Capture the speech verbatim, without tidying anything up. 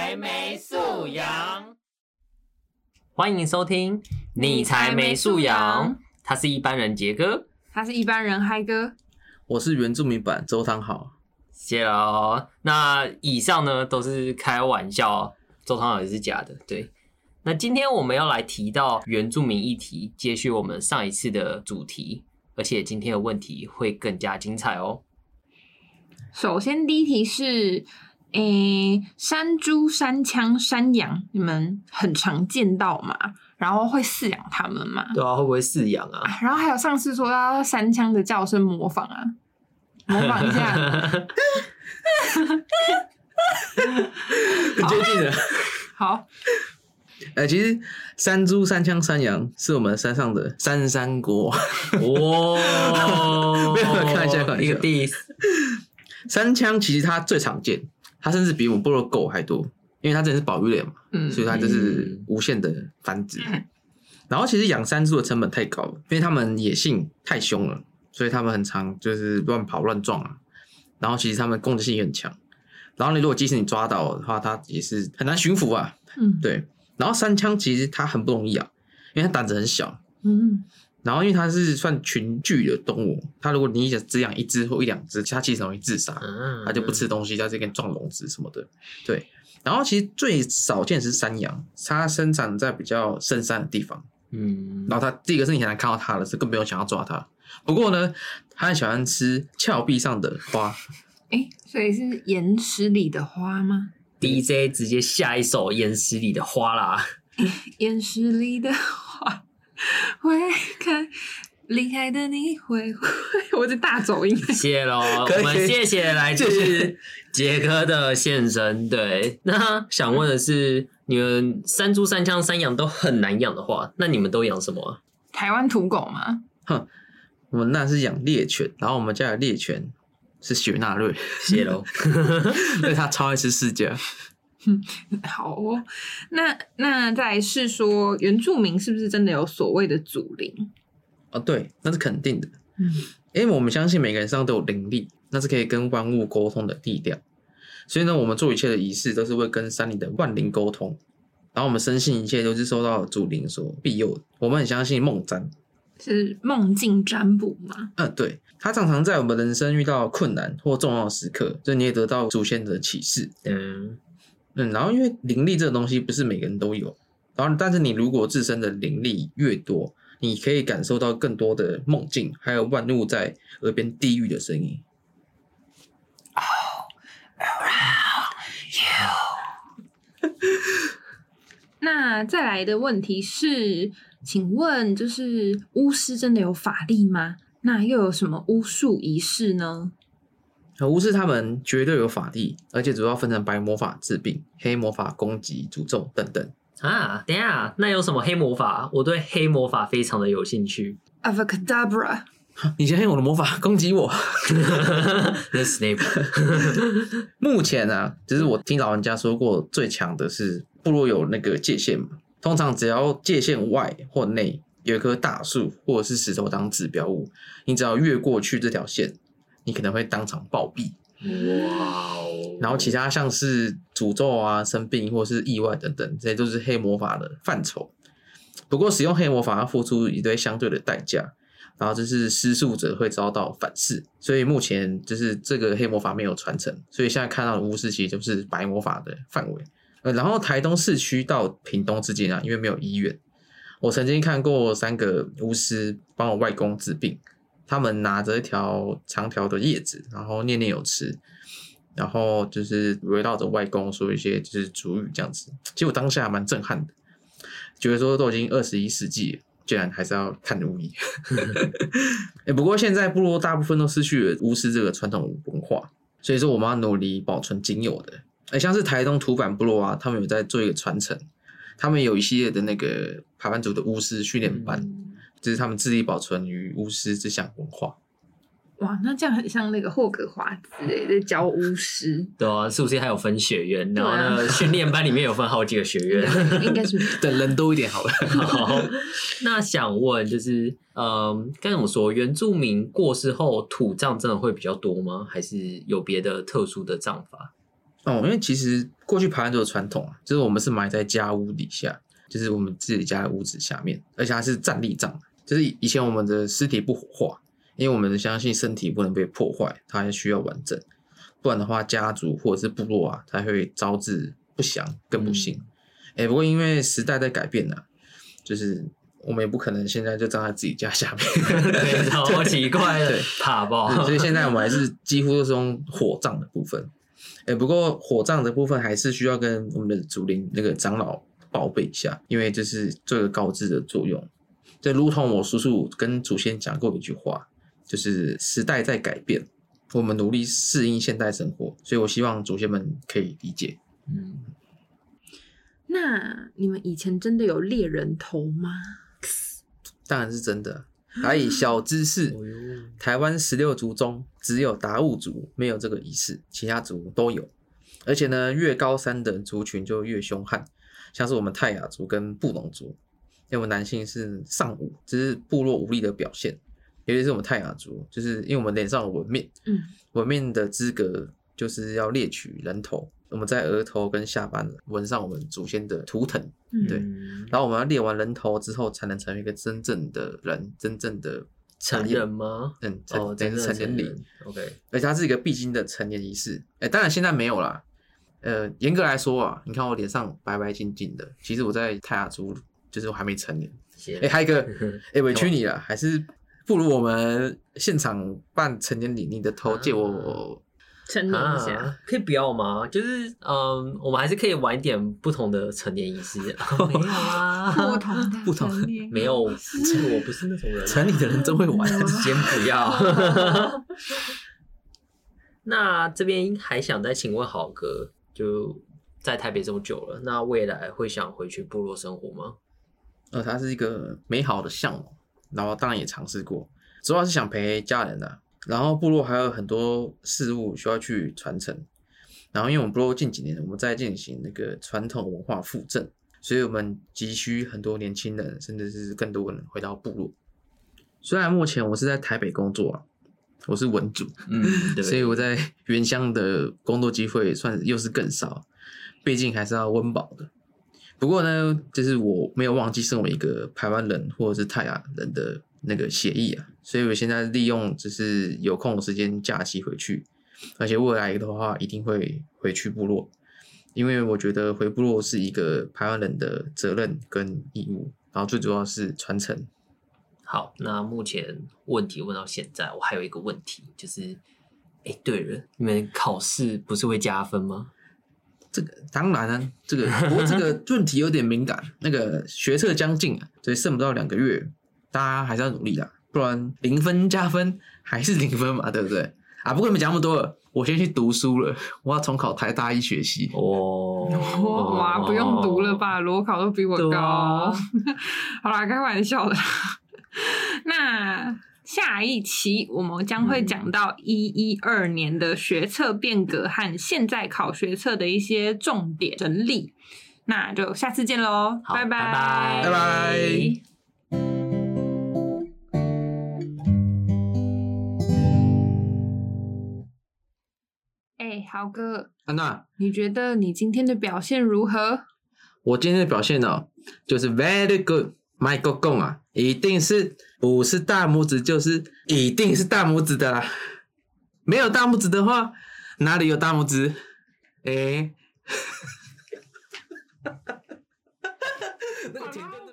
才没素养。欢迎收听你才没素养，他是一般人杰哥， 他是一般人嗨哥， 我是原住民版周汤豪。 谢喽。那以上呢都是开玩笑，周汤豪也是假的。对，那今天我们要来提到原住民议题，接续我们上一次的主题，而且今天的问题会更加精彩哦。 首先第一题是诶，山猪、山羌、山羊，你们很常见到吗？然后会饲养它们吗？ 对啊，会不会饲养啊？ 然后还有上次说要山羌的叫声模仿啊，模仿一下， 很接近了。 好， 呃，其实山猪、山羌、山羊是我们山上的山山国。 哇， 没有开玩笑，开玩笑。 一个 diss。 山羌其实它最常见，它甚至比我们部落狗还多，因为它真的是保育类嘛，嗯、所以它就是无限的繁殖。嗯、然后其实养山猪的成本太高了，因为它们野性太凶了，所以它们很常就是乱跑乱撞啊。然后其实它们攻击性也很强。然后你如果即使你抓到的话，它也是很难驯服啊。嗯，对。然后山羌其实它很不容易啊，因为它胆子很小。嗯。然后因为它是算群聚的动物，它如果你只养一只或一两只，它其实容易自杀，它就不吃东西，它就跟撞笼子什么的。对，然后其实最少见的是山羊，它生长在比较深山的地方，嗯，然后它第一个是你很难看到它的，是更不用想要抓它。不过呢，它很喜欢吃峭壁上的花， 哎，所以是岩石里的花吗 ？D J 直接下一首岩石里的花啦， 岩石里的花。会开离开的你会会，我是大走音。 谢喽，我们谢谢来自杰哥的现身。对，那想问的是，你们山猪、山羌、山羊都很难养的话，那你们都养什么、啊？ 台湾土狗吗？ 哼，我们那是养猎犬，然后我们家的猎犬是雪纳瑞。 谢喽， 对，他超爱吃释迦。 好哦，那那再来是说原住民是不是真的有所谓的祖灵？ 哦，对，那是肯定的。嗯，因为我们相信每个人身上都有灵力，那是可以跟万物沟通的力量。所以呢，我们做一切的仪式都是会跟山里的万灵沟通，然后我们深信一切都是受到祖灵所庇佑的。我们很相信梦占， 是梦境占卜吗？ 嗯，对，它常常在我们人生遇到困难或重要的时刻，就你也得到祖先的启示。嗯。嗯，然后因为灵力这个东西不是每个人都有，然后但是你如果自身的灵力越多，你可以感受到更多的梦境，还有万物在耳边低语的声音。 All around you 。那再来的问题是，请问就是巫师真的有法力吗？那又有什么巫术仪式呢？ 巫师他们绝对有法力，而且主要分成白魔法治病、黑魔法攻击、诅咒等等。 啊，等一下，那有什么黑魔法？我对黑魔法非常的有兴趣。 Avacadabra， 你先用我的魔法攻击我。 那是 Snape。 目前啊，就是我听老人家说过，最强的是部落有那个界限嘛。通常只要界限外或内有一棵大树或者是石头当指标物，你只要越过去这条线，你可能会当场暴毙。哇哦！然后其他像是诅咒啊、生病或是意外等等，这些都是黑魔法的范畴。不过使用黑魔法要付出一堆相对的代价，然后就是施术者会遭到反噬，所以目前就是这个黑魔法没有传承，所以现在看到的巫师其实就是白魔法的范围。呃，然后台东市区到屏东之间啊，因为没有医院，我曾经看过三个巫师帮我外公治病。他们拿着一条长条的叶子，然后念念有词，然后就是围绕着外公说一些就是主语这样子。其实我当下蛮震撼的，觉得说都已经二十一世纪了，居然还是要看巫医。欸、不过现在部落大部分都失去了巫师这个传统文化，所以说我们要努力保存仅有的。欸、像是台东土坂部落啊，他们有在做一个传承，他们有一系列的那个排湾族的巫师训练班。嗯，就是他们致力保存于巫师这项文化。 哇，那这样很像那个霍格华兹诶，在教巫师。 对啊，是不是还有分学院？然后呢，训练班里面有分好几个学院， 应该是等人多一点好了。 好，那想问就是，嗯，该怎么说？原住民过世后土葬真的会比较多吗？还是有别的特殊的葬法？ 哦，因为其实过去排湾族的传统啊，就是我们是埋在家屋底下，就是我们自己家的屋子下面，而且它是站立葬，就是以前我们的尸体不火化，因为我们相信身体不能被破坏，它还需要完整，不然的话家族或者是部落啊，它会招致不祥更不幸。哎、嗯欸，不过因为时代在改变啊，就是我们也不可能现在就葬在自己家下面， 对，超奇怪的，怕爆。 所以现在我们还是几乎都是用火葬的部分。哎、欸，不过火葬的部分还是需要跟我们的祖灵那个长老报备一下，因为这是做一个告知的作用。就如同我叔叔跟祖先讲过一句话，就是时代在改变，我们努力适应现代生活，所以我希望祖先们可以理解。 嗯， 那你们以前真的有猎人头吗？ 当然是真的。还以小知识，台湾十六族中只有达悟族没有这个仪式，其他族都有。而且呢，越高山的族群就越凶悍，像是我们泰雅族跟布农族，因为我们男性是尚武，这是部落武力的表现。尤其是我们泰雅族，就是因为我们脸上有纹面， 嗯， 纹面的资格就是要猎取人头，我们在额头跟下巴纹上我们祖先的图腾， 嗯、 对，然后我们要猎完人头之后，才能成为一个真正的人，真正的成人吗？ 嗯，成哦， 等于是成年礼 ，OK， 而且它是一个必经的成年仪式。哎，当然现在没有啦。呃，严格来说啊，你看我脸上白白净净的，其实我在泰雅族就是我还没成年。哎，还有一个，哎，委屈你了，还是不如我们现场办成年礼，你的头借我。 成年一下、 啊，可以不要吗？就是嗯，我们还是可以玩一点不同的成年仪式。哦、没有啊， 不同的不同的没有，我不是那种人、啊。 城里的人真会玩， 先不要。那这边还想再请问好哥，就在台北这么久了，那未来会想回去部落生活吗？ 呃，它是一个美好的向往，然后当然也尝试过，主要是想陪家人啊。然后部落还有很多事物需要去传承，然后因为我们部落近几年我们在进行那个传统文化复振，所以我们急需很多年轻人，甚至是更多人回到部落。虽然目前我是在台北工作啊，我是文组， 嗯，对， 所以我在原乡的工作机会算又是更少，毕竟还是要温饱的。不过呢，就是我没有忘记身为一个排湾人或者是泰雅人的那个协议啊，所以我现在利用就是有空的时间假期回去，而且未来的话一定会回去部落，因为我觉得回部落是一个排湾人的责任跟义务，然后最主要是传承。 好，那目前问题问到现在，我还有一个问题，就是，哎，对了，你们考试不是会加分吗？ 这个当然啊，这个不过这个问题有点敏感，那个学测将近啊，所以剩不到两个月，大家还是要努力啦，不然零分加分还是零分嘛，对不对？啊，不过你们讲那么多了，我先去读书了，我要重考台大医学系。 哦， 哇，不用读了吧？裸考都比我高。 啊、 好啦，开玩笑的。那下一期我们将会讲到一一二年的学测变革和现在考学测的一些重点整理，那就下次见喽，拜拜， 拜拜。 哎，豪哥， 安娜， 你觉得你今天的表现如何？ 我今天的表现哦，就是 very good。麦克讲啊，一定是不是大拇指就是一定是大拇指的啦。没有大拇指的话，哪里有大拇指？哎、欸，那个停顿。